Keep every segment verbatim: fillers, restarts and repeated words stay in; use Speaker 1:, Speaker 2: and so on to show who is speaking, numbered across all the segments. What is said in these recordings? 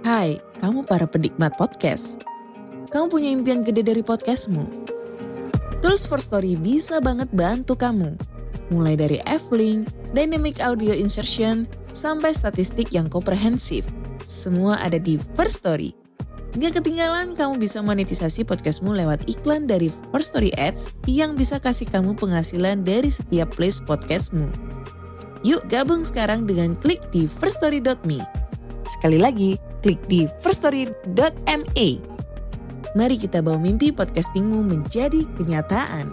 Speaker 1: Hai, kamu para penikmat podcast. Kamu punya impian gede dari podcastmu? Tools for Story bisa banget bantu kamu. Mulai dari F-Link, Dynamic Audio Insertion, sampai statistik yang komprehensif. Semua ada di First Story. Gak ketinggalan kamu bisa monetisasi podcastmu lewat iklan dari First Story Ads yang bisa kasih kamu penghasilan dari setiap place podcastmu. Yuk gabung sekarang dengan klik di first story dot me. Sekali lagi, klik di first story dot me. Mari kita bawa mimpi podcastingmu menjadi kenyataan.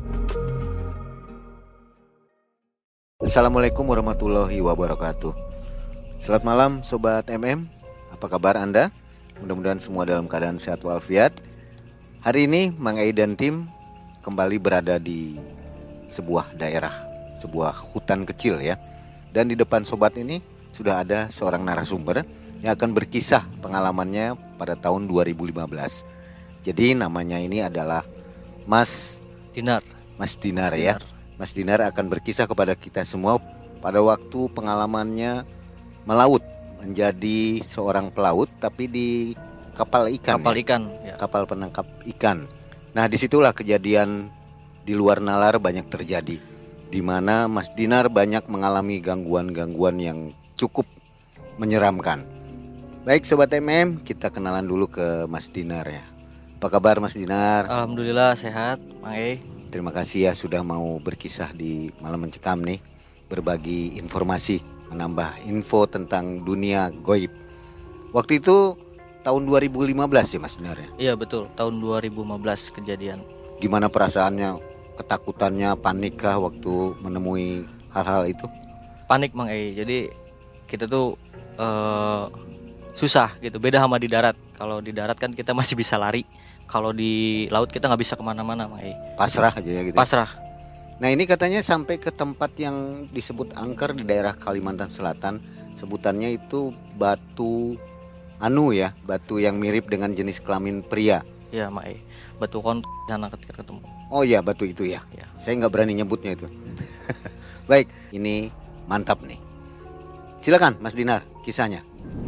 Speaker 2: Assalamualaikum warahmatullahi wabarakatuh. Selamat malam Sobat M M. Apa kabar Anda? Mudah-mudahan semua dalam keadaan sehat walafiat. Hari ini Mang Ei dan tim kembali berada di sebuah daerah, sebuah hutan kecil ya. Dan di depan Sobat ini sudah ada seorang narasumber yang akan berkisah pengalamannya pada tahun dua ribu lima belas. Jadi namanya ini adalah Mas
Speaker 3: Dinar.
Speaker 2: Mas Dinar ya. Mas Dinar akan berkisah kepada kita semua pada waktu pengalamannya melaut, menjadi seorang pelaut tapi di kapal ikan.
Speaker 3: Kapal
Speaker 2: ya?
Speaker 3: ikan. Ya.
Speaker 2: Kapal penangkap ikan. Nah disitulah kejadian di luar nalar banyak terjadi, di mana Mas Dinar banyak mengalami gangguan-gangguan yang cukup menyeramkan. Baik Sobat M M, kita kenalan dulu ke Mas Dinar ya. Apa kabar Mas Dinar?
Speaker 3: Alhamdulillah sehat, Mang Ei.
Speaker 2: Terima kasih ya sudah mau berkisah di Malam Mencekam nih, berbagi informasi, menambah info tentang dunia goib. Waktu itu tahun dua ribu lima belas ya Mas Dinar ya?
Speaker 3: Iya betul, tahun dua ribu lima belas kejadian.
Speaker 2: Gimana perasaannya, ketakutannya, panikkah waktu menemui hal-hal itu?
Speaker 3: Panik Mang Ei, jadi kita tuh uh, susah gitu, beda sama di darat. Kalau di darat kan kita masih bisa lari, kalau di laut kita gak bisa kemana-mana Mang Ei.
Speaker 2: Pasrah aja ya gitu.
Speaker 3: Pasrah.
Speaker 2: Nah ini katanya sampai ke tempat yang disebut angker di daerah Kalimantan Selatan. Sebutannya itu batu anu ya, batu yang mirip dengan jenis kelamin pria.
Speaker 3: Iya Mang Ei, batu kont sana ketika ketemu.
Speaker 2: Oh iya batu itu ya,
Speaker 3: ya.
Speaker 2: Saya gak berani nyebutnya itu. Baik, ini mantap nih. Silakan Mas Dinar, kisahnya.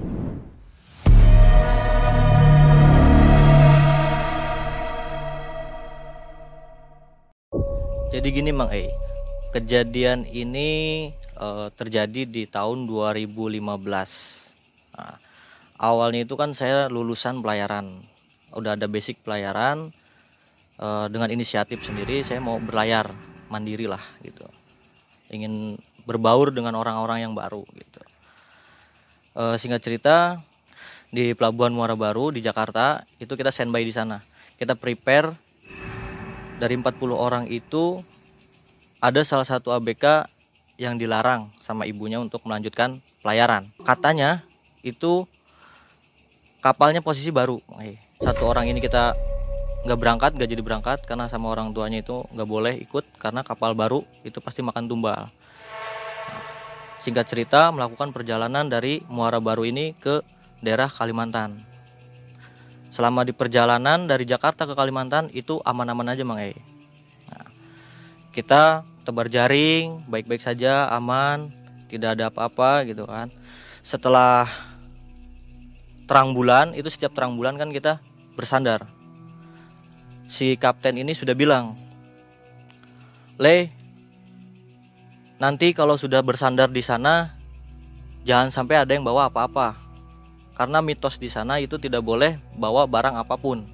Speaker 3: Jadi gini Mang Ei, kejadian ini uh, terjadi di tahun dua ribu lima belas. Nah, awalnya itu kan saya lulusan pelayaran, udah ada basic pelayaran. Uh, dengan inisiatif sendiri saya mau berlayar mandiri lah gitu, ingin berbaur dengan orang-orang yang baru gitu. Uh, singkat cerita, di Pelabuhan Muara Baru di Jakarta itu kita standby di sana, kita prepare. Dari empat puluh orang itu ada salah satu A B K yang dilarang sama ibunya untuk melanjutkan pelayaran. Katanya itu kapalnya posisi baru. Satu orang ini kita nggak berangkat, nggak jadi berangkat karena sama orang tuanya itu nggak boleh ikut karena kapal baru itu pasti makan tumbal. Singkat cerita, melakukan perjalanan dari Muara Baru ini ke daerah Kalimantan. Selama di perjalanan dari Jakarta ke Kalimantan itu aman-aman aja Mang Ei. Nah, kita tebar jaring, baik-baik saja, aman, tidak ada apa-apa gitu kan. Setelah terang bulan, itu setiap terang bulan kan kita bersandar. Si kapten ini sudah bilang, "Le, nanti kalau sudah bersandar di sana, jangan sampai ada yang bawa apa-apa. Karena mitos di sana itu tidak boleh bawa barang apapun."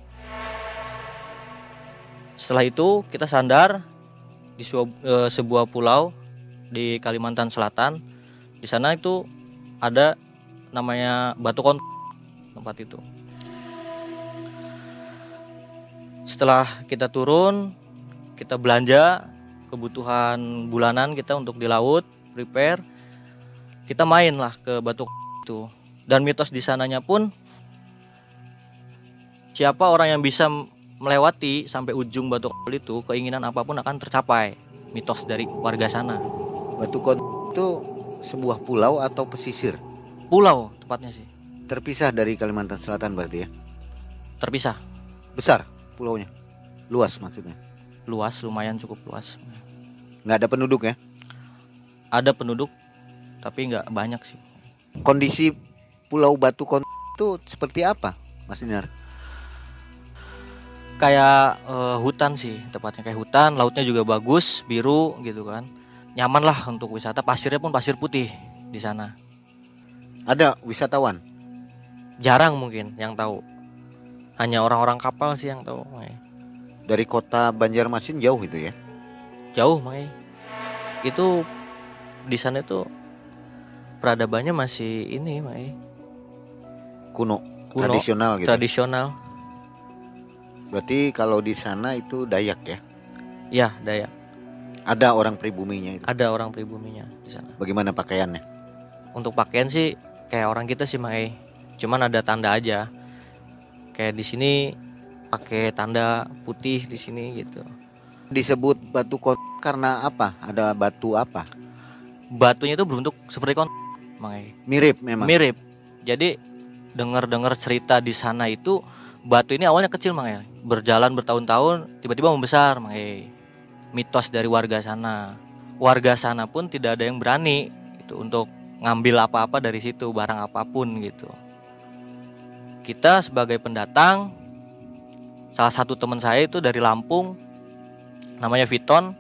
Speaker 3: Setelah itu kita sandar di sebuah pulau di Kalimantan Selatan. Di sana itu ada namanya batu kont tempat itu. Setelah kita turun, kita belanja kebutuhan bulanan kita untuk di laut, prepare. Kita main lah ke batu itu. Dan mitos di sananya pun, siapa orang yang bisa melewati sampai ujung batu itu, keinginan apapun akan tercapai. Mitos dari warga sana.
Speaker 2: Batu Kont itu sebuah pulau atau pesisir?
Speaker 3: Pulau tepatnya sih.
Speaker 2: Terpisah dari Kalimantan Selatan berarti ya?
Speaker 3: Terpisah.
Speaker 2: Besar pulaunya? Luas maksudnya?
Speaker 3: Luas, lumayan cukup luas.
Speaker 2: Nggak ada penduduk ya?
Speaker 3: Ada penduduk, tapi nggak banyak sih.
Speaker 2: Kondisi Pulau Batu Kon itu seperti apa, Mas Dinar?
Speaker 3: Kayak uh, hutan sih, tepatnya kayak hutan, lautnya juga bagus, biru gitu kan. Nyaman lah untuk wisata, pasirnya pun pasir putih di sana.
Speaker 2: Ada wisatawan?
Speaker 3: Jarang mungkin yang tahu. Hanya orang-orang kapal sih yang tahu.
Speaker 2: Dari kota Banjarmasin jauh itu ya?
Speaker 3: Jauh makanya. Itu di sana itu peradabannya masih ini makanya.
Speaker 2: Kuno,
Speaker 3: Kuno,
Speaker 2: tradisional gitu.
Speaker 3: Tradisional.
Speaker 2: Berarti kalau di sana itu Dayak ya?
Speaker 3: Ya, Dayak.
Speaker 2: Ada orang pribuminya itu.
Speaker 3: Ada orang pribuminya di sana.
Speaker 2: Bagaimana pakaiannya?
Speaker 3: Untuk pakaian sih kayak orang kita sih Mae. Cuman ada tanda aja. Kayak di sini pakai tanda putih di sini gitu.
Speaker 2: Disebut batu kon karena apa? Ada batu apa?
Speaker 3: Batunya itu berbentuk seperti kon Mae.
Speaker 2: Mirip memang.
Speaker 3: Mirip. Jadi dengar-dengar cerita di sana itu batu ini awalnya kecil Mae. Berjalan bertahun-tahun tiba-tiba membesar Mae. Mitos dari warga sana. Warga sana pun tidak ada yang berani itu untuk ngambil apa-apa dari situ, barang apapun gitu. Kita sebagai pendatang, salah satu teman saya itu dari Lampung, namanya Viton,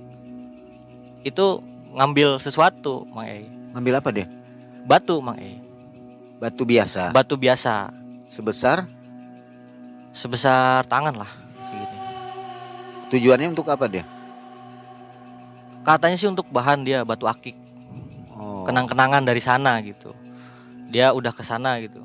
Speaker 3: itu ngambil sesuatu, Mang E.
Speaker 2: Ngambil apa dia?
Speaker 3: Batu, Mang E.
Speaker 2: Batu biasa.
Speaker 3: Batu biasa.
Speaker 2: Sebesar?
Speaker 3: Sebesar tangan lah, segini.
Speaker 2: Tujuannya untuk apa dia?
Speaker 3: Katanya sih untuk bahan dia batu akik.
Speaker 2: Oh.
Speaker 3: Kenang-kenangan dari sana gitu. Dia udah ke sana gitu.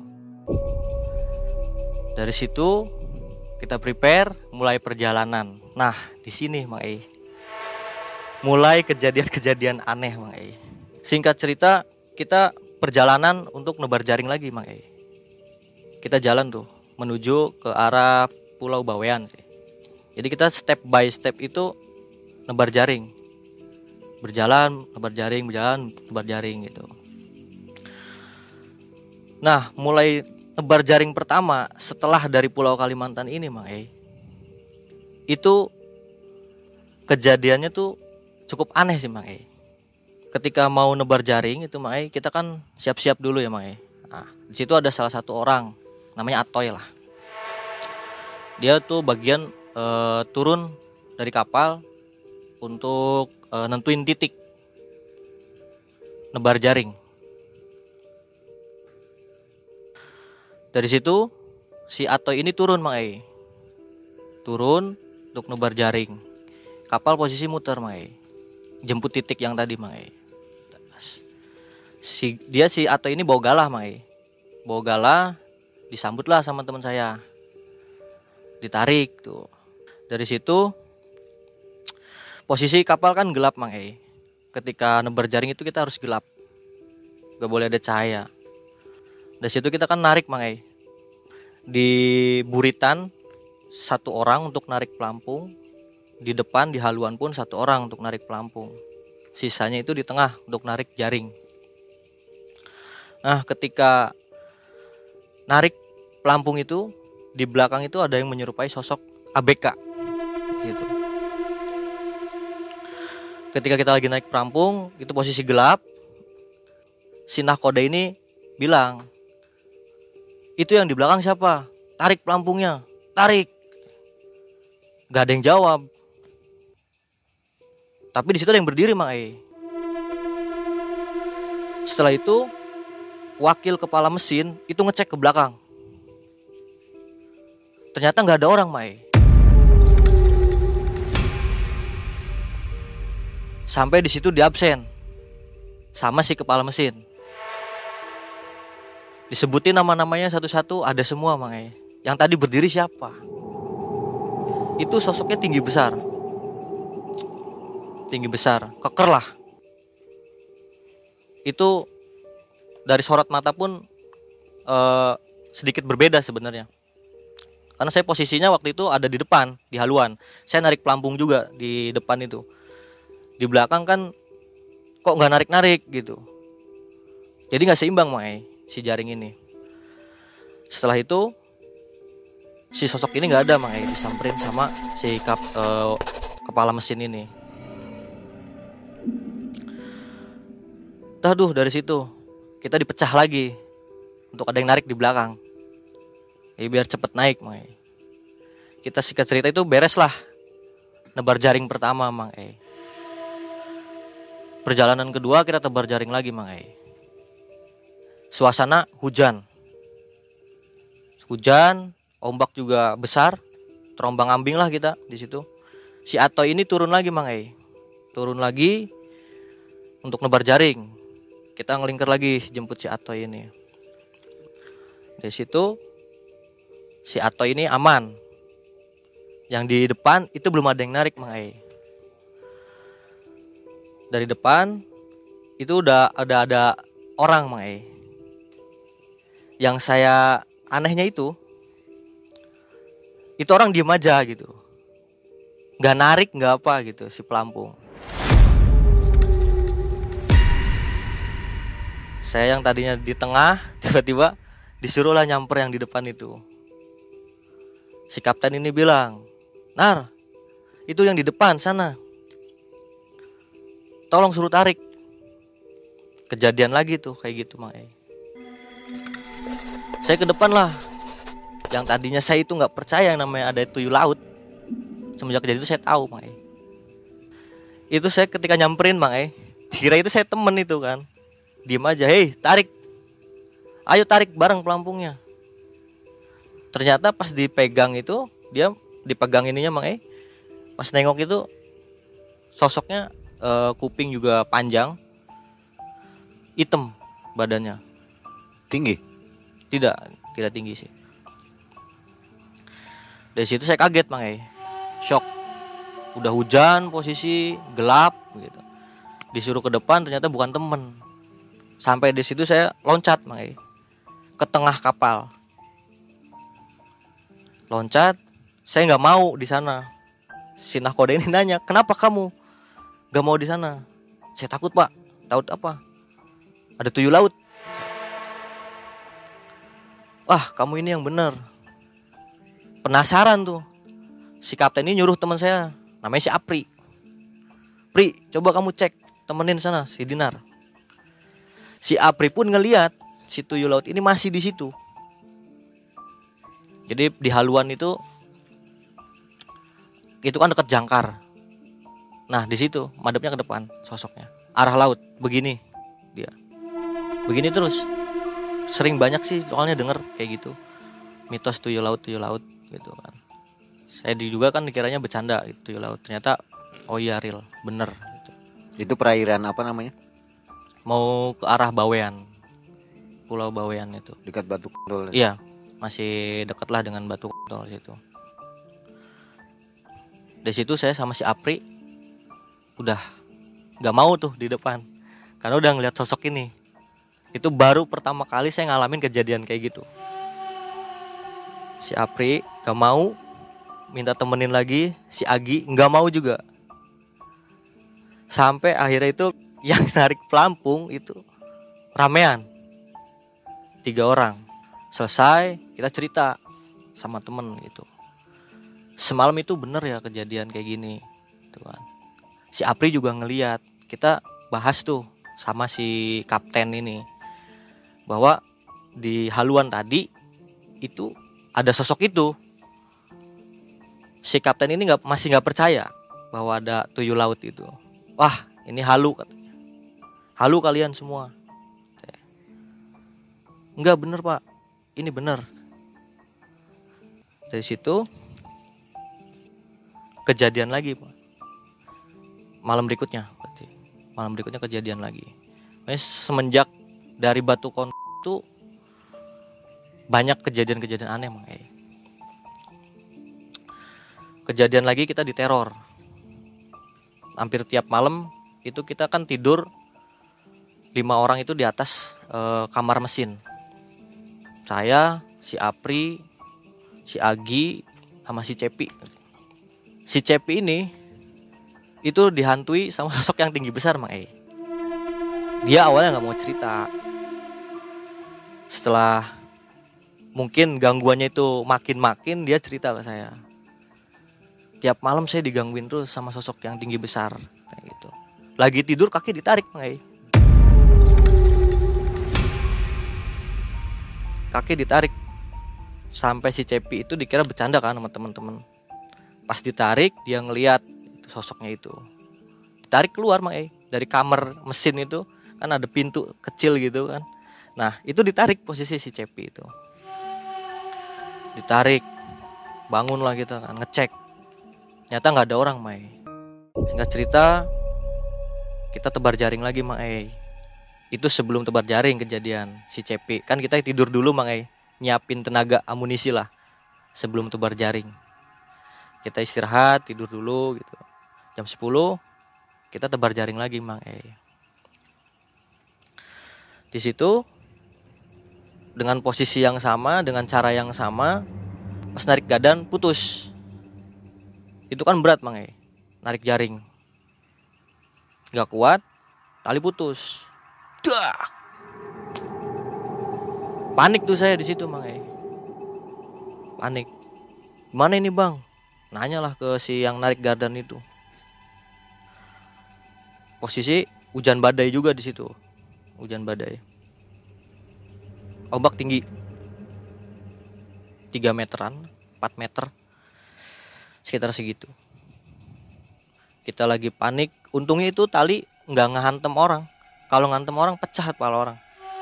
Speaker 3: Dari situ kita prepare mulai perjalanan. Nah, di sini Mang E. Mulai kejadian-kejadian aneh Mang E. Singkat cerita, kita perjalanan untuk nebar jaring lagi Mang E. Kita jalan tuh menuju ke arah Pulau Bawean sih. Jadi kita step by step itu nebar jaring. Berjalan, nebar jaring, berjalan, nebar jaring gitu. Nah, mulai nebar jaring pertama setelah dari Pulau Kalimantan ini Mang E, itu kejadiannya tuh cukup aneh sih Mang E. Ketika mau nebar jaring itu Mang E, kita kan siap-siap dulu ya Mang E. Nah, di situ ada salah satu orang namanya Atoy lah. Dia tuh bagian e, turun dari kapal untuk e, nentuin titik nebar jaring. Dari situ si Atoy ini turun Mang E. Turun untuk nebar jaring. Kapal posisi muter Mang E. Jemput titik yang tadi Mang E. Si dia si Atoy ini bawa galah Mang E. Bawa galah, disambutlah sama teman saya. Ditarik tuh. Dari situ posisi kapal kan gelap Mang E. Ketika nebar jaring itu kita harus gelap. Gak boleh ada cahaya. Dari situ kita kan narik Mang E. Di buritan satu orang untuk narik pelampung. Di depan di haluan pun satu orang untuk narik pelampung. Sisanya itu di tengah untuk narik jaring. Nah, ketika narik pelampung itu, di belakang itu ada yang menyerupai sosok A B K gitu. Ketika kita lagi naik pelampung, itu posisi gelap. Si nahkoda ini bilang, "Itu yang di belakang siapa? Tarik pelampungnya, tarik." Gak ada yang jawab. Tapi di situ ada yang berdiri Mang E. Setelah itu wakil kepala mesin itu ngecek ke belakang. Ternyata nggak ada orang Mang E. Sampai di situ diabsen sama si kepala mesin. Disebutin nama-namanya satu-satu, ada semua Mang E. Yang tadi berdiri siapa? Itu sosoknya tinggi besar. Tinggi besar, keker lah. Itu dari sorot mata pun uh, sedikit berbeda sebenarnya. Karena saya posisinya waktu itu ada di depan, di haluan. Saya narik pelampung juga di depan itu. Di belakang kan kok nggak narik-narik gitu. Jadi nggak seimbang Mang E, si jaring ini. Setelah itu si sosok ini nggak ada Mang E, disamperin sama si kap, uh, kepala mesin ini. Aduh, dari situ kita dipecah lagi untuk ada yang narik di belakang. Ya biar cepet naik Mang E. Kita singkat cerita itu beres lah nebar jaring pertama Mang E. Perjalanan kedua kita tebar jaring lagi Mang E. Suasana hujan. Hujan, ombak juga besar, terombang-ambing lah kita di situ. Si Atoy ini turun lagi Mang E. Turun lagi untuk nebar jaring. Kita ngelingker lagi jemput si Atoy ini. Di situ si Atoy ini aman. Yang di depan itu belum ada yang narik Mang E. Dari depan itu udah ada ada orang Mang E. Yang saya anehnya itu itu orang diem aja gitu, nggak narik nggak apa gitu si pelampung. Saya yang tadinya di tengah tiba-tiba disuruhlah nyamper yang di depan itu. Si kapten ini bilang, "Nar, itu yang di depan sana, tolong suruh tarik." Kejadian lagi tuh kayak gitu Mang E. Saya ke depan lah. Yang tadinya saya itu nggak percaya yang namanya ada tuyul laut. Semenjak kejadian itu saya tahu Mang E. Itu saya ketika nyamperin Mang E, kira itu saya temen itu kan, diem aja, "Hei tarik, ayo tarik bareng pelampungnya." Ternyata pas dipegang itu, dia dipegang ininya Mang E, pas nengok itu sosoknya e, kuping juga panjang, hitam badannya.
Speaker 2: Tinggi?
Speaker 3: Tidak, tidak tinggi sih. Dari situ saya kaget Mang E, shock. Udah hujan, posisi gelap gitu. Disuruh ke depan, ternyata bukan temen. Sampai di situ saya loncat Mang E, ke tengah kapal. Loncat, saya nggak mau di sana. Si nahkoda ini nanya, "Kenapa kamu nggak mau di sana?" "Saya takut Pak." "Takut apa?" "Ada tuyul laut." "Wah, kamu ini yang bener." Penasaran tuh. Si kapten ini nyuruh teman saya, namanya si Apri. "Pri, coba kamu cek, temenin sana si Dinar." Si Apri pun ngelihat si tuyul laut ini masih di situ. Jadi di haluan itu itu kan dekat jangkar. Nah, di situ madepnya ke depan sosoknya. Arah laut, begini dia. Begini terus. Sering banyak sih soalnya denger kayak gitu. Mitos tuyul laut, tuyul laut gitu kan. Saya juga kan dikiranya bercanda gitu, tuyul laut. Ternyata oh iya real, bener gitu.
Speaker 2: Itu perairan apa namanya?
Speaker 3: Mau ke arah Bawean. Pulau Bawean itu.
Speaker 2: Dekat Batu Kentol.
Speaker 3: Iya, masih dekat lah dengan Batu Kentol situ. Di situ saya sama si Apri udah nggak mau tuh di depan, karena udah ngeliat sosok ini. Itu baru pertama kali saya ngalamin kejadian kayak gitu. Si Apri gak mau, minta temenin lagi. Si Agi gak mau juga. Sampai akhirnya itu yang narik pelampung itu ramean, tiga orang. Selesai, kita cerita sama temen gitu, semalam itu bener ya kejadian kayak gini gitu kan. Si Apri juga ngeliat. Kita bahas tuh sama si kapten ini, bahwa di haluan tadi itu ada sosok itu. Si kapten ini nggak masih nggak percaya bahwa ada tuyul laut itu. "Wah, ini halu," katanya. "Halu kalian semua." "Enggak, bener Pak, ini bener." Dari situ kejadian lagi Pak. Malam berikutnya berarti. Malam berikutnya kejadian lagi. Nah, semenjak dari Batu Kentol itu banyak kejadian-kejadian aneh Mang E. Kejadian lagi kita diteror. Hampir tiap malam itu kita kan tidur lima orang itu di atas e, kamar mesin. Saya, si Apri, si Agi, sama si Cepi. Si Cepi ini itu dihantui sama sosok yang tinggi besar Mang E. Dia awalnya nggak mau cerita. Setelah mungkin gangguannya itu makin-makin, dia cerita ke saya. "Tiap malam saya digangguin terus sama sosok yang tinggi besar," kayak gitu. Lagi tidur kaki ditarik Mang E. kaki ditarik sampai si Cepi itu dikira bercanda kan sama teman-teman. Pas ditarik dia ngelihat itu sosoknya itu. Ditarik keluar Mang E dari kamar mesin itu kan ada pintu kecil gitu kan. Nah itu ditarik posisi si Cepi itu. Ditarik, bangunlah kita kan ngecek. Ternyata nggak ada orang Mang E. Singkat cerita kita tebar jaring lagi Mang E. Itu sebelum tebar jaring kejadian si Cepi. Kan kita tidur dulu Mang E, nyiapin tenaga amunisi lah sebelum tebar jaring. Kita istirahat, tidur dulu gitu. Jam sepuluh kita tebar jaring lagi Mang E. Di situ dengan posisi yang sama, dengan cara yang sama, pas narik gadan putus. Itu kan berat Mang E, narik jaring. Gak kuat, tali putus. Dah. Panik tuh saya di situ Mang E. Panik. Gimana ini Bang? Nanyalah ke si yang narik gadan itu. Posisi hujan badai juga di situ. Hujan badai. Ombak tinggi tiga meteran, empat meter. Sekitar segitu. Kita lagi panik. Untungnya itu tali nggak ngehantem orang. Kalau ngantem orang pecah kepala orang.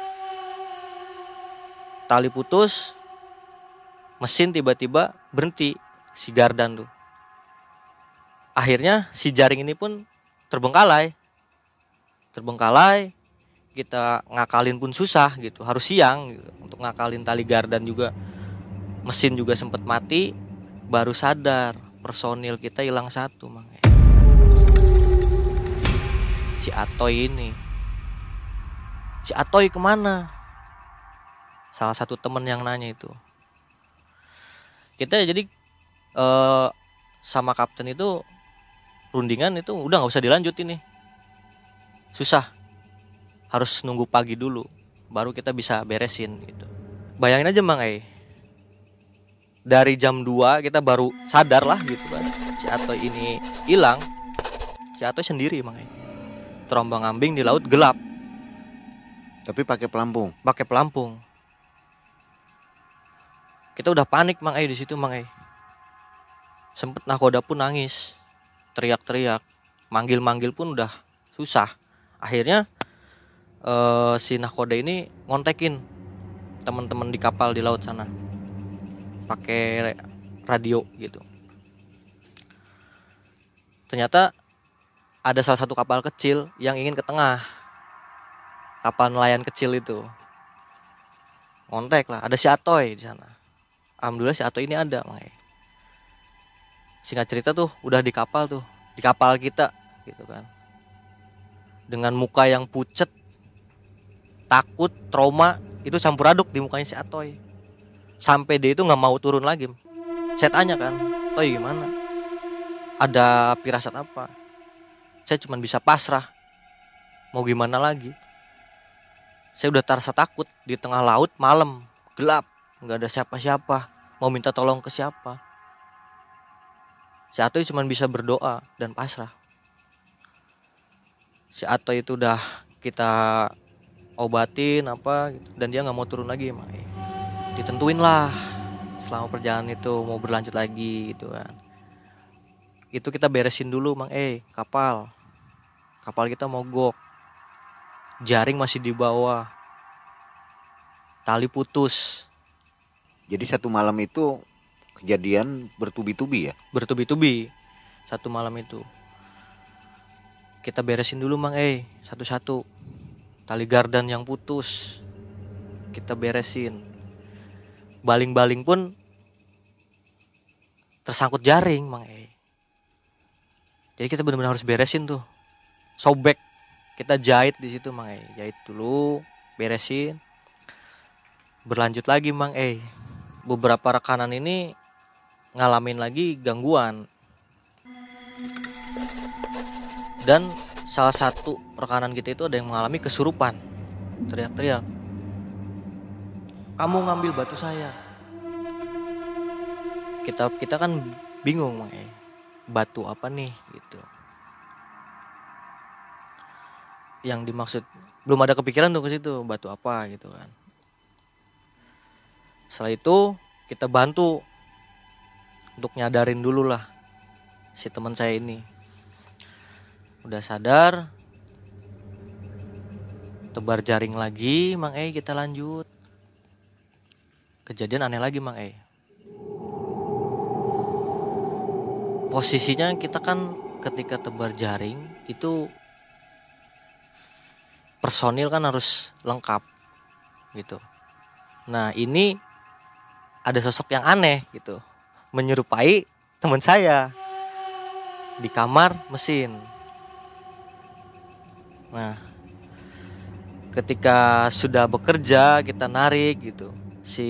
Speaker 3: Tali putus, mesin tiba-tiba berhenti si gardan tuh. Akhirnya si jaring ini pun terbengkalai. Terbengkalai, kita ngakalin pun susah gitu. Harus siang gitu. Untuk ngakalin tali gardan juga. Mesin juga sempat mati. Baru sadar personil kita hilang satu Mang E. Si Atoy ini. Si Atoy kemana? Salah satu temen yang nanya itu. Kita jadi eh, sama kapten itu rundingan itu udah nggak usah dilanjutin nih. Susah. Harus nunggu pagi dulu baru kita bisa beresin gitu. Bayangin aja Mang E. Dari jam dua kita baru sadar lah gitu kan. Si Atoy ini hilang. Si Atoy sendiri Mang E. Terombang-ambing di laut gelap.
Speaker 2: Tapi pakai pelampung.
Speaker 3: Pakai pelampung. Kita udah panik Mang E di situ Mang E. Sempet nakoda pun nangis, teriak-teriak, manggil-manggil pun udah susah. Akhirnya eh, si nakoda ini ngontekin teman-teman di kapal di laut sana, pakai radio gitu. Ternyata ada salah satu kapal kecil yang ingin ke tengah. Kapal nelayan kecil itu. Ngontek lah, ada si Atoy di sana. Alhamdulillah si Atoy ini ada, Mang E. Singkat cerita tuh udah di kapal tuh, di kapal kita gitu kan. Dengan muka yang pucet, takut, trauma, itu campur aduk di mukanya si Atoy. Sampai dia itu enggak mau turun lagi. Saya tanya kan, "Toy gimana? Ada firasat apa?" Saya cuma bisa pasrah. Mau gimana lagi? Saya udah terasa takut di tengah laut malam, gelap, nggak ada siapa-siapa. Mau minta tolong ke siapa? Si Atoy cuma bisa berdoa dan pasrah. Si Atoy itu udah kita obatin apa gitu, dan dia nggak mau turun lagi, Mang E. Ditentuin lah selama perjalanan itu mau berlanjut lagi gitu kan. Itu kita beresin dulu, Mang E, kapal. Kapal kita mogok. Jaring masih di bawah. Tali putus.
Speaker 2: Jadi satu malam itu kejadian bertubi-tubi ya?
Speaker 3: Bertubi-tubi. Satu malam itu. Kita beresin dulu, Mang E, satu-satu. Tali gardan yang putus kita beresin. Baling-baling pun tersangkut jaring, Mang E. Jadi kita benar-benar harus beresin tuh. Sobek. Kita jahit di situ, Mang E. Jahit dulu, beresin. Berlanjut lagi, Mang E. Beberapa rekanan ini ngalamin lagi gangguan. Dan salah satu rekanan kita itu ada yang mengalami kesurupan. Teriak-teriak, "Kamu ngambil batu saya." Kita kita kan bingung, Mang E. Batu apa nih gitu. Yang dimaksud belum ada kepikiran tuh ke situ, batu apa gitu kan. Setelah itu kita bantu untuk nyadarin dulu lah si teman saya ini. Udah sadar, tebar jaring lagi, Mang E, kita lanjut. Kejadian aneh lagi, Mang E. Posisinya kita kan ketika tebar jaring itu personil kan harus lengkap gitu. Nah, ini ada sosok yang aneh gitu, menyerupai teman saya di kamar mesin. Nah, ketika sudah bekerja kita narik gitu, si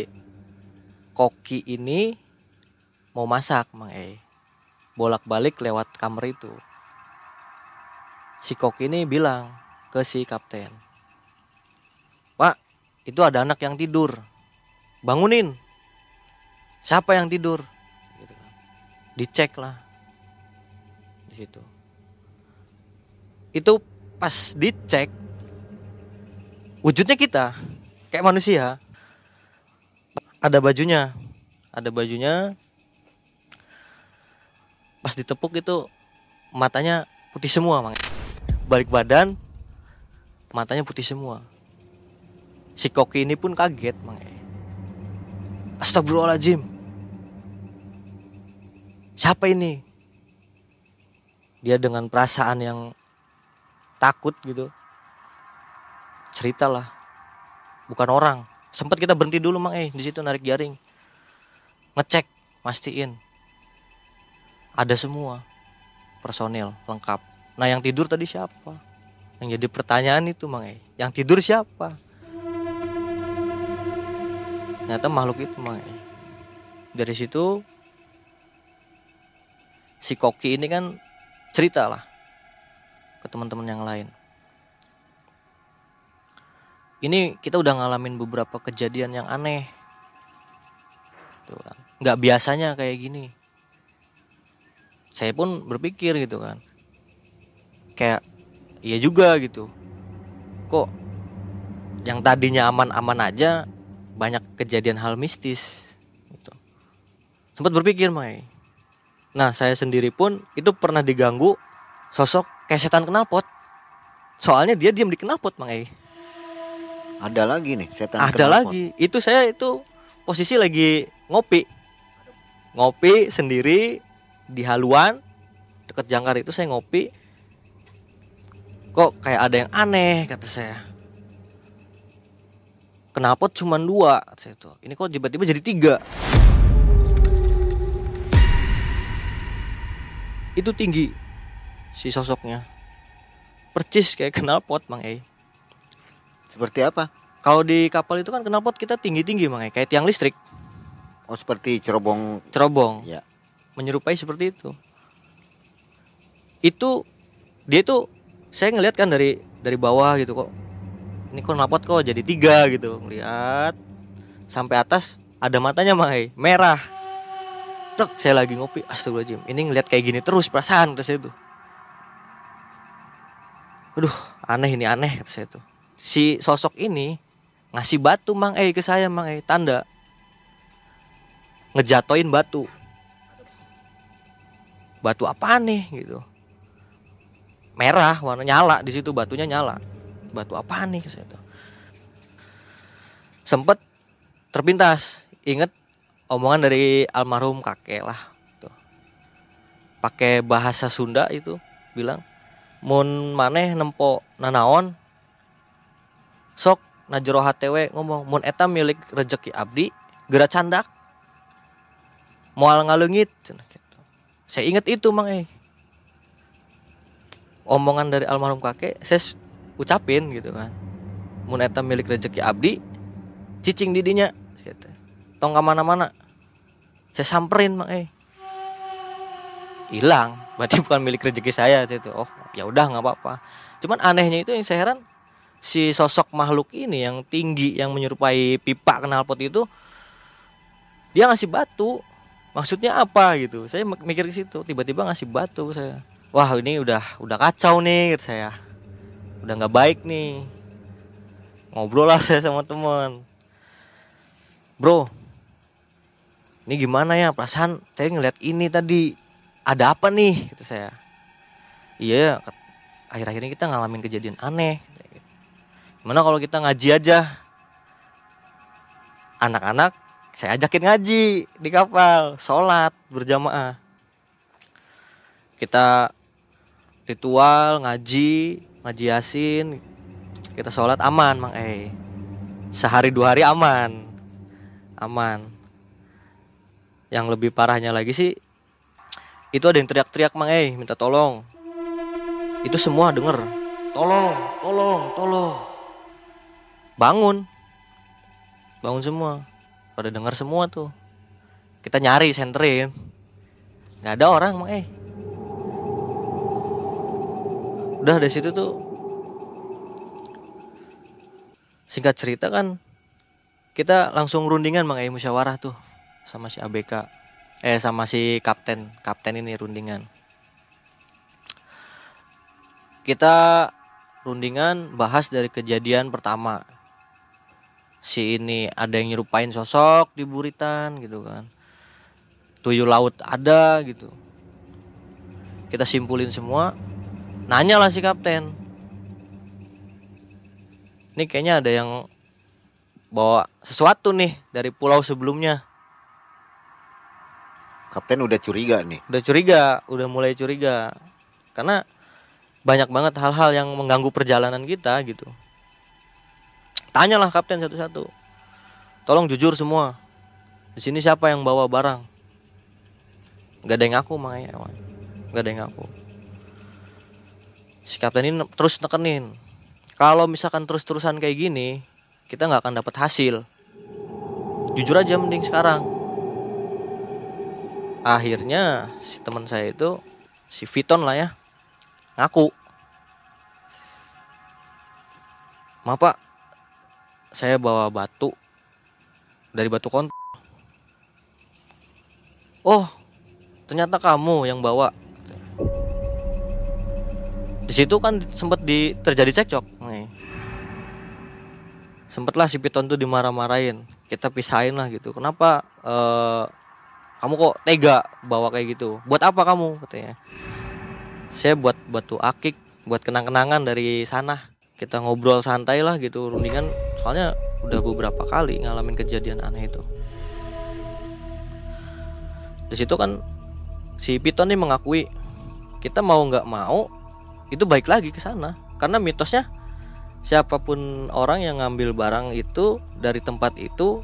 Speaker 3: koki ini mau masak, Mang E, bolak-balik lewat kamar itu. Si koki ini bilang ke si kapten, "Pak, itu ada anak yang tidur, bangunin." "Siapa yang tidur?" Gitu kan. Dicek lah di situ. Itu pas dicek, wujudnya kita kayak manusia. Ada bajunya, ada bajunya. Pas ditepuk itu matanya putih semua, Mang. Balik badan, matanya putih semua. Si koki ini pun kaget, Mang. Astagfirullahaladzim, siapa ini? Dia dengan perasaan yang takut gitu ceritalah, bukan orang. Sempat kita berhenti dulu, Mang, eh di situ narik jaring, ngecek, mastiin ada semua personil lengkap. Nah, yang tidur tadi siapa? Yang jadi pertanyaan itu, Mang, eh yang tidur siapa? Ternyata makhluk itu, Mang. Eh dari situ si koki ini kan cerita lah ke teman-teman yang lain. Ini kita udah ngalamin beberapa kejadian yang aneh. Tuh kan. Nggak biasanya kayak gini. Saya pun berpikir gitu kan. Kayak iya juga gitu. Kok yang tadinya aman-aman aja banyak kejadian hal mistis gitu. Sempat berpikir, Mai. Nah, saya sendiri pun itu pernah diganggu sosok kayak setan knalpot. Soalnya dia diam di knalpot, Mang Ei.
Speaker 2: Ada lagi nih setan
Speaker 3: Ada
Speaker 2: knalpot.
Speaker 3: lagi. Itu saya itu posisi lagi ngopi. Ngopi sendiri di haluan dekat jangkar itu, saya ngopi. Kok kayak ada yang aneh, kata saya. Knalpot cuma dua, kata saya itu. Ini kok tiba-tiba jadi tiga. Itu tinggi si sosoknya, percis kayak knalpot, Mang Ei.
Speaker 2: Seperti apa?
Speaker 3: Kalau di kapal itu kan knalpot kita tinggi-tinggi, Mang Ei, kayak tiang listrik.
Speaker 2: Oh, seperti cerobong.
Speaker 3: Cerobong.
Speaker 2: Ya.
Speaker 3: Menyerupai seperti itu. Itu dia itu saya ngelihat kan dari dari bawah gitu, kok ini kok knalpot kok jadi tiga gitu. Lihat sampai atas ada matanya, Mang Ei, merah. Tek, saya lagi ngopi, astagfirullahaladzim, ini ngeliat kayak gini terus perasaan, kata saya tuh. Aduh, aneh ini, aneh, kata saya tuh. Si sosok ini ngasih batu, Mang Ei, ke saya, Mang Ei, tanda ngejatoin batu. Batu apa nih gitu, merah, warna nyala di situ, batunya nyala. Batu apa nih, kata saya tuh. Sempet terpintas inget omongan dari almarhum kakek lah tuh. Pakai bahasa Sunda itu bilang, mun maneh nempo nanaon sok najero hatewe, ngomong mun eta milik rezeki abdi geura candak moal ngaleungit gitu. Saya ingat itu, Mang Ei. Omongan dari almarhum kakek saya ucapin gitu kan. Mun eta milik rezeki abdi cicing didinya gitu. Tong kemana-mana saya samperin, Mang Ei. Hilang, berarti bukan milik rezeki saya itu. Oh, ya udah nggak apa-apa. Cuman anehnya itu yang saya heran, si sosok makhluk ini yang tinggi yang menyerupai pipa knalpot itu, dia ngasih batu. Maksudnya apa gitu? Saya mikir ke situ, tiba-tiba ngasih batu saya. Wah, ini udah udah kacau nih, gitu saya. Udah nggak baik nih. Ngobrol lah saya sama teman. bro, ini gimana ya, perasaan saya ngeliat ini tadi, ada apa nih, kata saya. Iya, akhir-akhir ini kita ngalamin kejadian aneh. Gimana kalau kita ngaji aja, anak-anak saya ajakin ngaji di kapal, sholat berjamaah. Kita ritual ngaji, ngaji yasin, kita sholat aman Mang E. Sehari dua hari aman, aman. Yang lebih parahnya lagi sih, itu ada yang teriak-teriak Mang E, minta tolong. Itu semua denger, tolong, tolong, tolong. Bangun, bangun semua, pada dengar semua tuh. Kita nyari, senterin, nggak ada orang Mang E. Udah dari situ tuh, singkat cerita kan, kita langsung rundingan Mang E, musyawarah tuh sama si A B K, eh sama si kapten, kapten ini rundingan. Kita rundingan bahas dari kejadian pertama. Si ini ada yang nyerupain sosok di buritan gitu kan, tuyul laut ada gitu. Kita simpulin semua. Nanya lah si kapten, ini kayaknya ada yang bawa sesuatu nih dari pulau sebelumnya.
Speaker 2: Kapten udah curiga nih.
Speaker 3: Udah curiga, udah mulai curiga. Karena banyak banget hal-hal yang mengganggu perjalanan kita gitu. Tanyalah kapten satu-satu. Tolong jujur semua. Di sini siapa yang bawa barang? Gak ada yang ngaku makanya. Gak ada yang ngaku. Si kapten ini terus nekenin, kalau misalkan terus-terusan kayak gini, kita nggak akan dapat hasil. Jujur aja mending sekarang. Akhirnya si teman saya itu, si Viton lah ya, ngaku. Maaf Pak, saya bawa batu dari Batu Konto. Oh, ternyata kamu yang bawa. Di situ kan sempat di terjadi cekcok. Nih. Sempatlah si Piton tuh dimarah-marahin. Kita pisahin lah gitu. Kenapa uh, kamu kok tega bawa kayak gitu? Buat apa kamu katanya? Saya buat batu akik, buat kenang-kenangan dari sana. Kita ngobrol santai lah gitu, rundingan. Soalnya udah beberapa kali ngalamin kejadian aneh itu. Di situ kan si Piton nih mengakui, kita mau nggak mau itu balik lagi ke sana, karena mitosnya siapapun orang yang ngambil barang itu dari tempat itu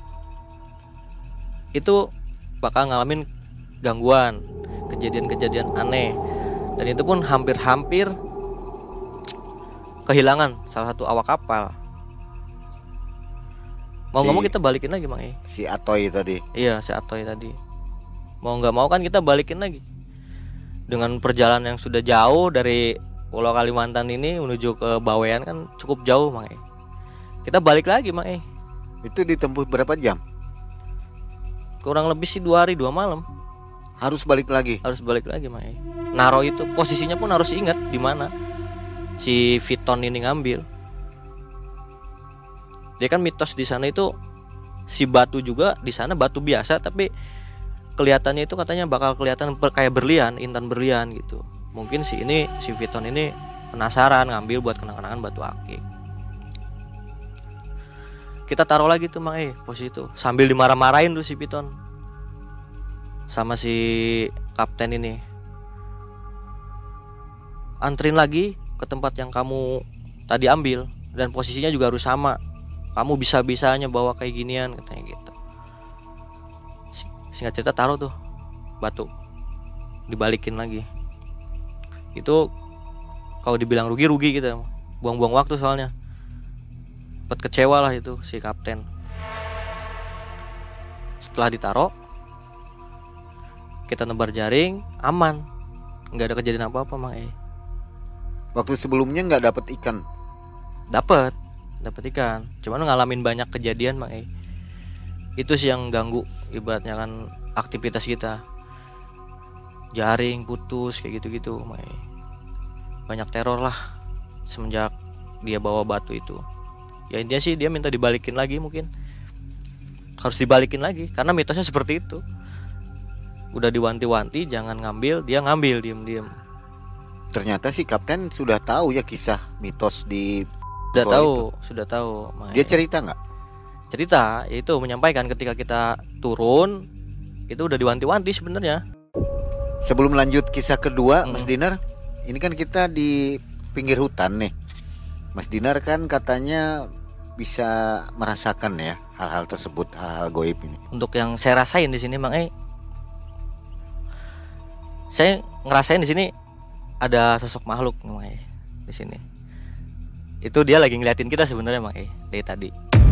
Speaker 3: itu bakal ngalamin gangguan, kejadian-kejadian aneh, dan itu pun hampir-hampir kehilangan salah satu awak kapal. Mau nggak si, mau kita balikin lagi Mang E.
Speaker 2: Si Atoy tadi. Iya,
Speaker 3: si Atoy tadi. Mau nggak mau kan kita balikin lagi. Dengan perjalanan yang sudah jauh dari Pulau Kalimantan ini menuju ke Bawean kan cukup jauh Mang E. Kita balik lagi Mang E.
Speaker 2: Itu ditempuh berapa jam?
Speaker 3: Kurang lebih sih dua hari dua malam.
Speaker 2: Harus balik lagi.
Speaker 3: Harus balik lagi Mang E. Naro itu posisinya pun harus ingat di mana si Viton ini ngambil. Dia kan mitos di sana itu si batu juga di sana batu biasa, tapi kelihatannya itu katanya bakal kelihatan kayak berlian, intan berlian gitu. Mungkin si ini si Viton ini penasaran ngambil buat kenang-kenangan batu akik. Kita taruh lagi tuh Mang E posisi itu sambil dimarah-marahin tuh si Viton sama si kapten ini. Antrin lagi ke tempat yang kamu tadi ambil, dan posisinya juga harus sama. Kamu bisa-bisanya bawa kayak ginian katanya gitu. Singkat cerita taruh tuh batu, dibalikin lagi. Itu kalau dibilang rugi-rugi gitu, buang-buang waktu soalnya. Sempat kecewa lah itu si kapten. Setelah ditaruh, kita nebar jaring, aman, nggak ada kejadian apa-apa Mang E.
Speaker 2: Waktu sebelumnya nggak dapet ikan?
Speaker 3: Dapat, dapat ikan. Cuman ngalamin banyak kejadian Mang E. Itu sih yang ganggu, ibaratnya kan aktivitas kita. Jaring putus kayak gitu-gitu Mang E. Banyak teror lah semenjak dia bawa batu itu. Ya intinya sih dia minta dibalikin lagi mungkin. harus dibalikin lagi karena mitosnya seperti itu. Udah diwanti-wanti jangan ngambil, dia ngambil diem-diem.
Speaker 2: Ternyata si kapten sudah tahu ya kisah mitos di
Speaker 3: Sudah
Speaker 2: gua
Speaker 3: tahu,
Speaker 2: itu.
Speaker 3: sudah tahu. Makanya.
Speaker 2: Dia cerita nggak?
Speaker 3: Cerita, yaitu menyampaikan ketika kita turun itu udah diwanti-wanti sebenarnya.
Speaker 2: Sebelum lanjut kisah kedua,
Speaker 3: Hmm.
Speaker 2: Mas Dinar, ini kan kita di pinggir hutan nih. Mas Dinar kan katanya bisa merasakan ya hal-hal tersebut, hal-hal goib ini.
Speaker 3: Untuk yang saya rasain di sini, Mang E, saya ngerasain di sini ada sosok makhluk, Mang E, di sini. Itu dia lagi ngeliatin kita sebenarnya, Mang E, dari tadi.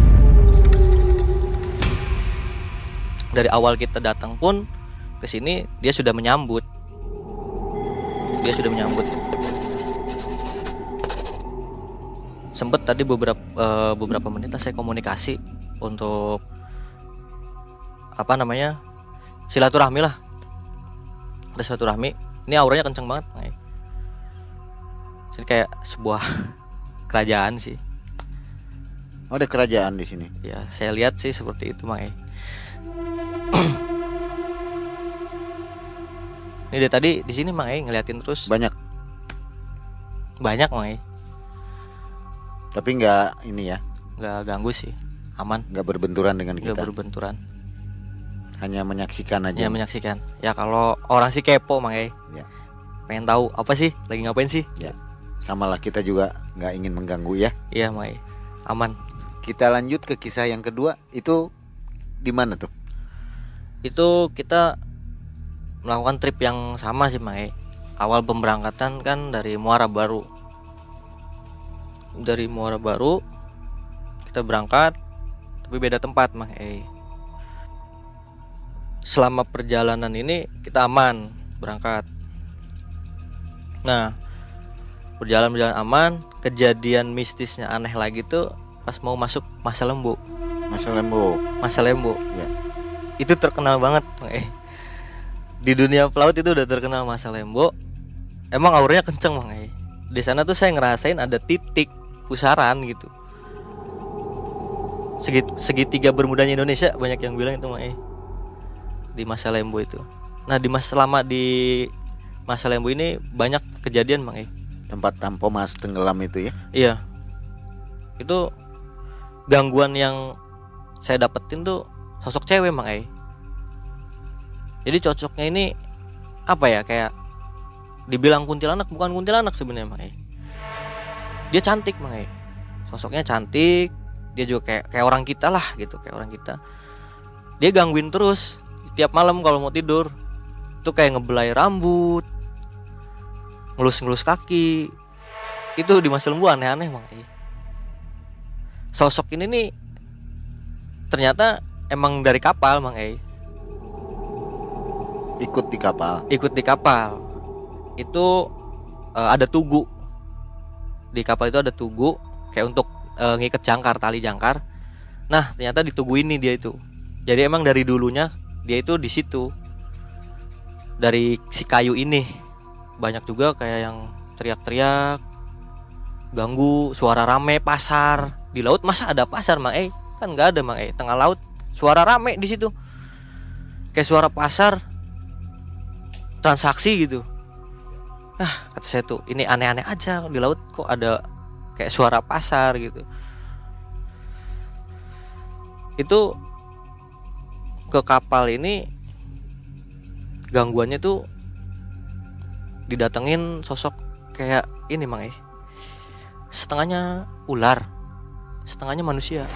Speaker 3: Dari awal kita datang pun ke sini dia sudah menyambut. Dia sudah menyambut. Sempet tadi beberapa uh, beberapa menit saya komunikasi untuk apa namanya? Silaturahmi lah. Ada silaturahmi. Ini auranya kenceng banget, Mang E. Jadi kayak sebuah kerajaan sih.
Speaker 2: Oh, ada kerajaan di sini.
Speaker 3: Ya, saya lihat sih seperti itu, Mang E. Ini dari tadi di sini Mang E ngeliatin terus.
Speaker 2: Banyak.
Speaker 3: Banyak, Mang E.
Speaker 2: Tapi nggak ini ya,
Speaker 3: Nggak ganggu sih, aman.
Speaker 2: nggak berbenturan dengan
Speaker 3: Nggak
Speaker 2: kita.
Speaker 3: berbenturan.
Speaker 2: Hanya menyaksikan aja.
Speaker 3: Ya menyaksikan. Ya kalau orang sih kepo, Mang E.
Speaker 2: Ya.
Speaker 3: Pengen tahu apa sih, lagi ngapain sih?
Speaker 2: Ya. Sama lah, kita juga nggak ingin mengganggu ya.
Speaker 3: Iya, Mang E. Aman.
Speaker 2: Kita lanjut ke kisah yang kedua. Itu di mana tuh?
Speaker 3: Itu kita melakukan trip yang sama sih, Mang E. Awal pemberangkatan kan dari Muara Baru. Dari Muara Baru kita berangkat, tapi beda tempat, Mang E. Selama perjalanan ini kita aman berangkat. Nah, perjalanan-perjalanan aman, kejadian mistisnya aneh lagi tuh pas mau masuk Masa Lembu.
Speaker 2: Masa Lembu.
Speaker 3: Masa Lembu.
Speaker 2: Ya.
Speaker 3: Itu terkenal banget, Mang E. Di dunia pelaut itu udah terkenal Masa Lembu. Emang auranya kenceng, Mang E. Di sana tuh saya ngerasain ada titik pusaran gitu. Segit, segitiga bermudanya Indonesia banyak yang bilang itu, Mang E. Di Masa Lembu itu. Nah, di mas selama di Masa Lembu ini banyak kejadian, Mang E.
Speaker 2: Tempat Tampo Mas tenggelam itu ya.
Speaker 3: Iya. Itu gangguan yang saya dapetin tuh sosok cewek, Mang E. Jadi cocoknya ini apa ya, kayak dibilang kuntilanak, bukan kuntilanak sebenarnya, Mang E. Dia cantik, Mang E. Sosoknya cantik. Dia juga kayak kayak orang kita lah gitu, kayak orang kita. Dia gangguin terus tiap malam kalau mau tidur. Itu kayak ngebelai rambut, ngelus-ngelus kaki. Itu di Masa Lembu aneh-aneh, Mang E. Sosok ini nih ternyata emang dari kapal, Mang E.
Speaker 2: Ikut di kapal.
Speaker 3: Ikut di kapal. Itu uh, ada tugu. Di kapal itu ada tugu kayak untuk uh, ngikat jangkar, tali jangkar. Nah, ternyata di tugu ini dia itu. Jadi emang dari dulunya dia itu di situ. Dari si kayu ini. Banyak juga kayak yang teriak-teriak, ganggu, suara rame, pasar. Di laut masa ada pasar, Mang E? Kan enggak ada, Mang E. Tengah laut suara rame di situ. Kayak suara pasar, transaksi gitu. Ah, kata saya tuh, ini aneh-aneh aja di laut kok ada kayak suara pasar gitu. Itu ke kapal ini gangguannya tuh didatengin sosok kayak ini, Mang E. Setengahnya ular, setengahnya manusia.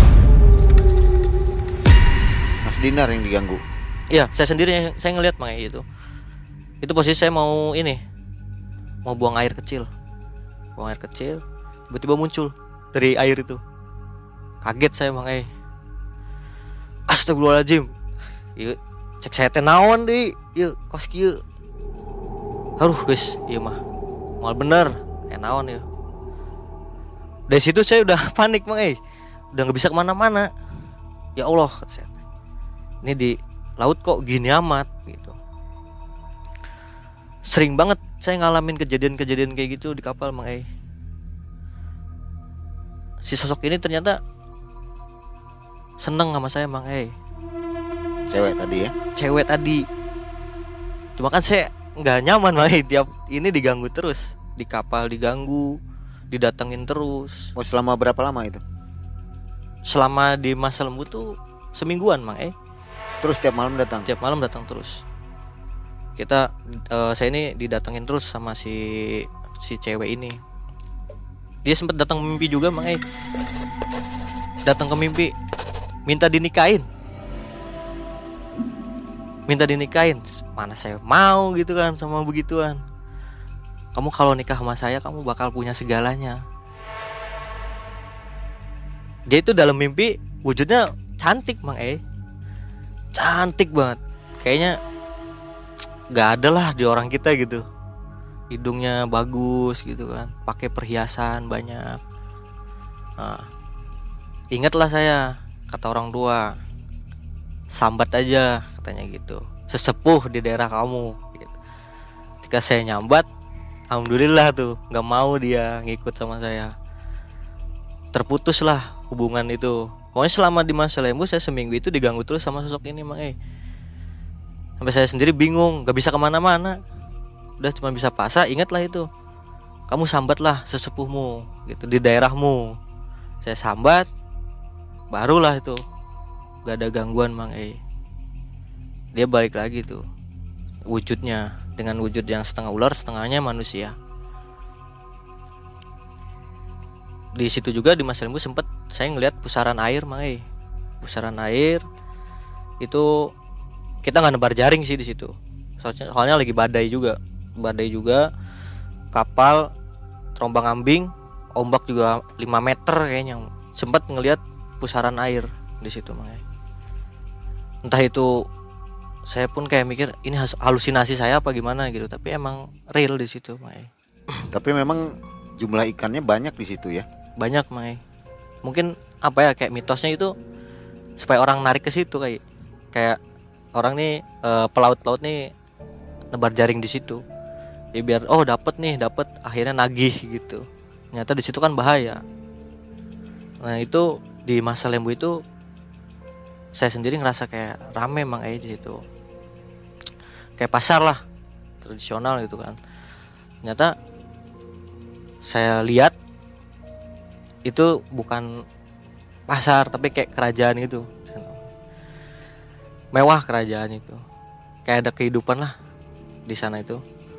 Speaker 2: Mas Dinar yang diganggu.
Speaker 3: Iya, saya sendiri yang saya ngelihat, Mang E, itu. Itu posisi saya mau ini mau buang air kecil. Buang air kecil, tiba-tiba muncul dari air itu. Kaget saya, Mang E. Astagfirullahaladzim. Yuk, cek saya teh naon deui. Yuk, kos kieu. Aduh, guys, iya mah. Mal bener, kayak naon ya. Dari situ saya udah panik, Mang E. Udah enggak bisa kemana mana. Ya Allah, kata saya. Ini di laut kok gini amat gitu. Sering banget saya ngalamin kejadian-kejadian kayak gitu di kapal, Mang E. Si sosok ini ternyata seneng sama saya Mang E.
Speaker 2: Cewek tadi ya?
Speaker 3: Cewek tadi. Cuma kan saya nggak nyaman Mang E, tiap ini diganggu terus, di kapal diganggu, didatengin terus.
Speaker 2: Oh, selama berapa lama itu?
Speaker 3: Selama di Masa Lembu tuh semingguan Mang E.
Speaker 2: Terus tiap malam datang?
Speaker 3: Tiap malam datang terus. Kita uh, saya ini didatengin terus sama si si cewek ini. Dia sempat datang mimpi juga Mang E. Datang ke mimpi minta dinikahin. Minta dinikahin. Mana saya mau gitu kan sama begituan. Kamu kalau nikah sama saya kamu bakal punya segalanya. Dia itu dalam mimpi wujudnya cantik Mang E. Cantik banget. Kayaknya gak ada lah di orang kita gitu. Hidungnya bagus gitu kan, pakai perhiasan banyak. Nah, ingatlah saya, kata orang tua, sambat aja katanya gitu, sesepuh di daerah kamu gitu. Ketika saya nyambat, alhamdulillah tuh gak mau dia ngikut sama saya. Terputuslah hubungan itu. Pokoknya selama di Masa Lembu saya seminggu itu diganggu terus sama sosok ini Mang E. Sampai saya sendiri bingung, gak bisa kemana-mana. Udah cuma bisa pasrah. Ingatlah itu, kamu sambatlah sesepuhmu gitu di daerahmu. Saya sambat, barulah itu gak ada gangguan Mang E. Dia balik lagi tuh wujudnya, dengan wujud yang setengah ular setengahnya manusia. Di situ juga di Masa Lembu sempet saya ngelihat pusaran air Mang E. Pusaran air itu kita nggak nebar jaring sih di situ. Soalnya, soalnya lagi badai juga, badai juga. Kapal terombang ambing, ombak juga lima meter kayaknya. Sempet ngelihat pusaran air di situ Mang E. Entah itu saya pun kayak mikir ini halusinasi saya apa gimana gitu, tapi emang real di situ Mang E.
Speaker 2: Tapi memang jumlah ikannya banyak di situ ya?
Speaker 3: Banyak Mang E. Mungkin apa ya, kayak mitosnya itu supaya orang narik ke situ, kayak kayak orang nih e, pelaut-pelaut nih nebar jaring di situ. Ya biar oh dapat nih, dapat akhirnya nagih gitu. Ternyata di situ kan bahaya. Nah, itu di Masa Lembu itu saya sendiri ngerasa kayak rame Mang E di situ. Kayak pasar lah, tradisional gitu kan. Ternyata saya lihat itu bukan pasar tapi kayak kerajaan gitu. Mewah kerajaan itu. Kayak ada kehidupan lah di sana itu.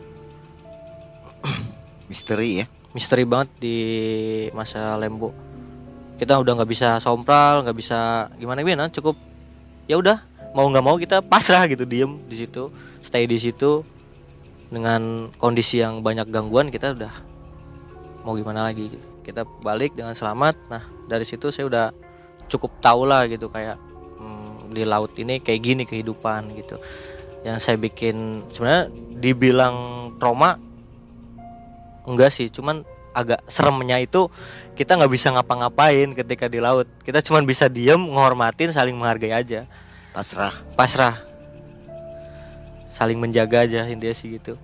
Speaker 2: Misteri ya.
Speaker 3: Misteri banget di Masa Lembu. Kita udah nggak bisa sompral, nggak bisa gimana gimana, cukup ya udah mau nggak mau kita pasrah gitu, diem di situ, stay di situ dengan kondisi yang banyak gangguan. Kita udah mau gimana lagi gitu. Kita balik dengan selamat. Nah, dari situ saya udah cukup tahu lah gitu, kayak hmm, di laut ini kayak gini kehidupan gitu. Yang saya bikin sebenarnya dibilang trauma enggak sih, cuman agak seremnya itu kita nggak bisa ngapa-ngapain ketika di laut. Kita cuma bisa diem, menghormatin, saling menghargai aja.
Speaker 2: Pasrah.
Speaker 3: Pasrah. Saling menjaga aja intinya sih gitu.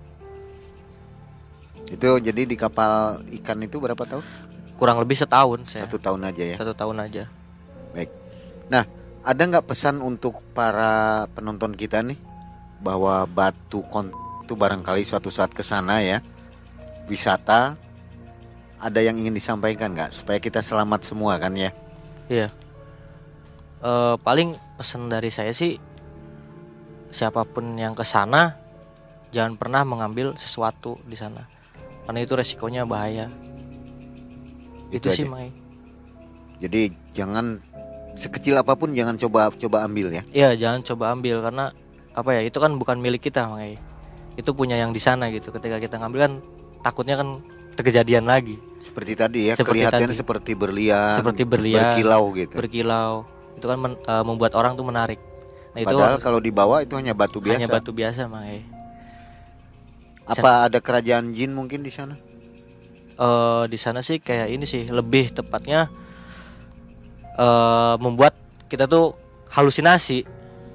Speaker 2: Itu jadi di kapal ikan itu berapa tahun?
Speaker 3: Kurang lebih setahun saya.
Speaker 2: Satu tahun aja ya.
Speaker 3: Satu tahun aja.
Speaker 2: Baik. Nah, ada nggak pesan untuk para penonton kita nih bahwa Batu Kontak itu barangkali suatu saat ke sana ya, wisata, ada yang ingin disampaikan nggak supaya kita selamat semua kan ya?
Speaker 3: Iya. E, paling pesan dari saya sih, siapapun yang ke sana jangan pernah mengambil sesuatu di sana, karena itu resikonya bahaya. Itu, itu sih Mang E.
Speaker 2: Jadi jangan sekecil apapun jangan coba coba ambil ya.
Speaker 3: Iya, jangan coba ambil karena apa ya, itu kan bukan milik kita Mang E. Itu punya yang di sana gitu. Ketika kita ngambil kan takutnya kan terkejadian lagi.
Speaker 2: Seperti tadi ya,
Speaker 3: seperti
Speaker 2: kelihatannya
Speaker 3: tadi.
Speaker 2: seperti berlian,
Speaker 3: seperti berlian,
Speaker 2: berkilau gitu.
Speaker 3: Berkilau. Itu kan men, e, membuat orang tuh menarik. Nah,
Speaker 2: padahal
Speaker 3: itu
Speaker 2: kalau dibawa itu hanya batu biasa.
Speaker 3: Hanya batu biasa Mang E.
Speaker 2: Apa ada kerajaan jin mungkin di sana?
Speaker 3: Uh, di sana sih kayak ini sih, lebih tepatnya uh, membuat kita tuh halusinasi.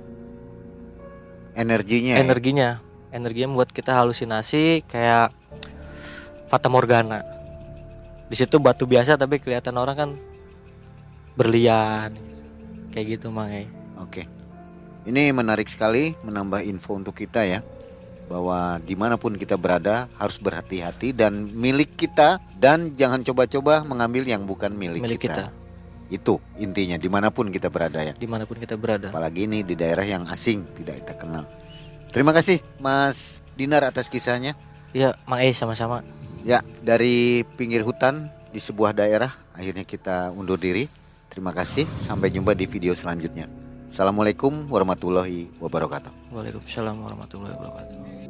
Speaker 2: Energinya.
Speaker 3: Energinya, ya? Energinya membuat kita halusinasi kayak Fata Morgana. Di situ batu biasa tapi kelihatan orang kan berlian, kayak gitu Mang E.
Speaker 2: Oke. Ini menarik sekali, menambah info untuk kita ya, bahwa dimanapun kita berada harus berhati-hati dan milik kita, dan jangan coba-coba mengambil yang bukan milik,
Speaker 3: Milik
Speaker 2: kita.
Speaker 3: kita.
Speaker 2: Itu intinya dimanapun kita berada ya.
Speaker 3: Dimanapun kita berada.
Speaker 2: Apalagi ini di daerah yang asing, tidak kita kenal. Terima kasih Mas Dinar atas kisahnya.
Speaker 3: Ya Mang E, sama-sama.
Speaker 2: Ya, dari pinggir hutan di sebuah daerah akhirnya kita undur diri. Terima kasih, sampai jumpa di video selanjutnya. Assalamualaikum warahmatullahi wabarakatuh.
Speaker 3: Waalaikumsalam warahmatullahi wabarakatuh.